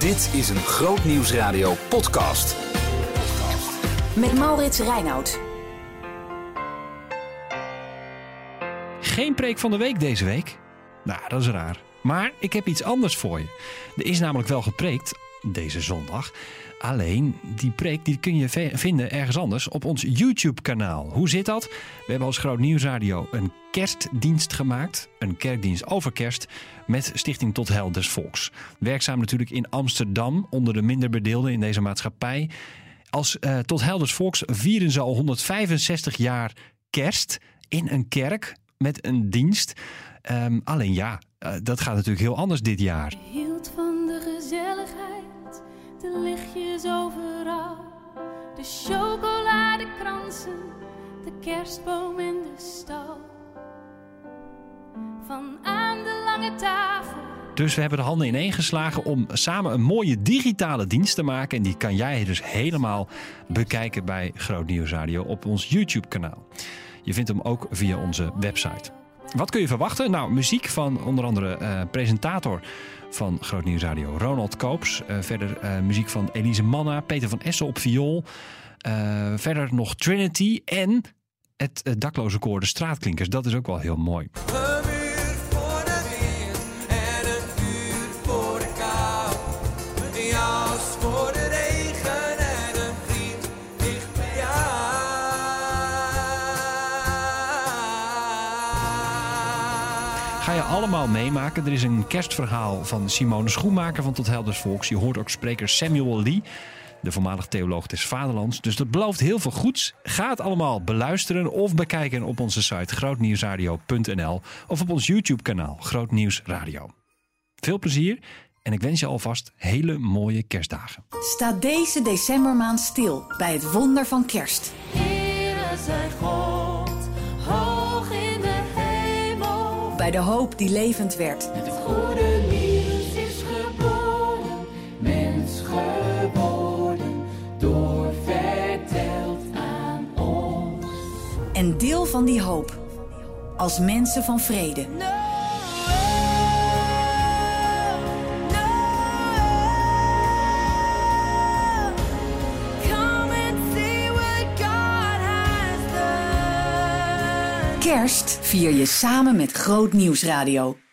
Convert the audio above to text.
Dit is een Groot Nieuws Radio podcast. Met Maurits Reinoud. Geen preek van de week deze week? Nou, dat is raar. Maar ik heb iets anders voor je. Er is namelijk wel gepreekt deze zondag. Alleen, die preek die kun je vinden ergens anders op ons YouTube-kanaal. Hoe zit dat? We hebben als Groot Nieuwsradio een kerstdienst gemaakt. Een kerkdienst over kerst met Stichting Tot Heil des Volks. Werkzaam natuurlijk in Amsterdam onder de minder bedeelden in deze maatschappij. Als Tot Heil des Volks vieren ze al 165 jaar kerst in een kerk met een dienst. Alleen ja, dat gaat natuurlijk heel anders dit jaar. Hield van de gezelligheid, de lichtjes overal, de chocoladekransen, de kerstboom in de stal. Van aan de lange tafel. Dus we hebben de handen ineen geslagen om samen een mooie digitale dienst te maken. En die kan jij dus helemaal bekijken bij Groot Nieuws Radio op ons YouTube-kanaal. Je vindt hem ook via onze website. Wat kun je verwachten? Nou, muziek van onder andere presentator van Groot Nieuws Radio, Ronald Koops. Verder muziek van Elise Manna, Peter van Essen op viool. Verder nog Trinity en het dakloze koor De Straatklinkers. Dat is ook wel heel mooi. Een uur voor de wind en een uur voor de kou. Een jas voor de regen en een vriend dicht bij jou. Ga je allemaal meemaken. Er is een kerstverhaal van Simone Schoenmaker van Tot Heil des Volks. Je hoort ook spreker Samuel Lee, de voormalig theoloog des Vaderlands. Dus dat belooft heel veel goeds. Ga het allemaal beluisteren of bekijken op onze site grootnieuwsradio.nl of op ons YouTube-kanaal Groot Nieuws Radio. Veel plezier en ik wens je alvast hele mooie kerstdagen. Sta deze decembermaand stil bij het wonder van kerst. Heere zij God, hoog in de hemel. Bij de hoop die levend werd. Het goede nieuws is geboren, mens geworden, doorverteld aan ons. En deel van die hoop. Als mensen van vrede. Kerst vier je samen met Groot Nieuws Radio.